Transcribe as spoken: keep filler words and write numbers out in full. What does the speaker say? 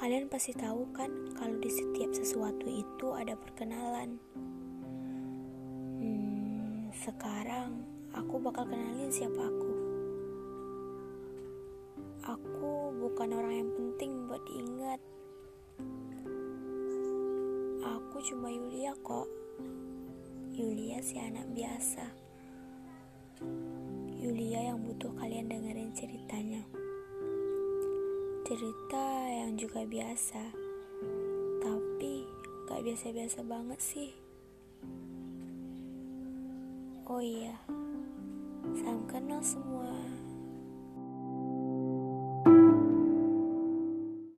Kalian pasti tahu kan kalau di setiap sesuatu itu ada perkenalan. Hmm, sekarang aku bakal kenalin siapa aku. Aku bukan orang yang penting buat diingat. Aku cuma Yulia kok. Yulia si anak biasa. Yulia yang butuh kalian dengerin ceritanya. Cerita yang juga biasa, tapi gak biasa-biasa banget sih. Oh iya, salam kenal semua.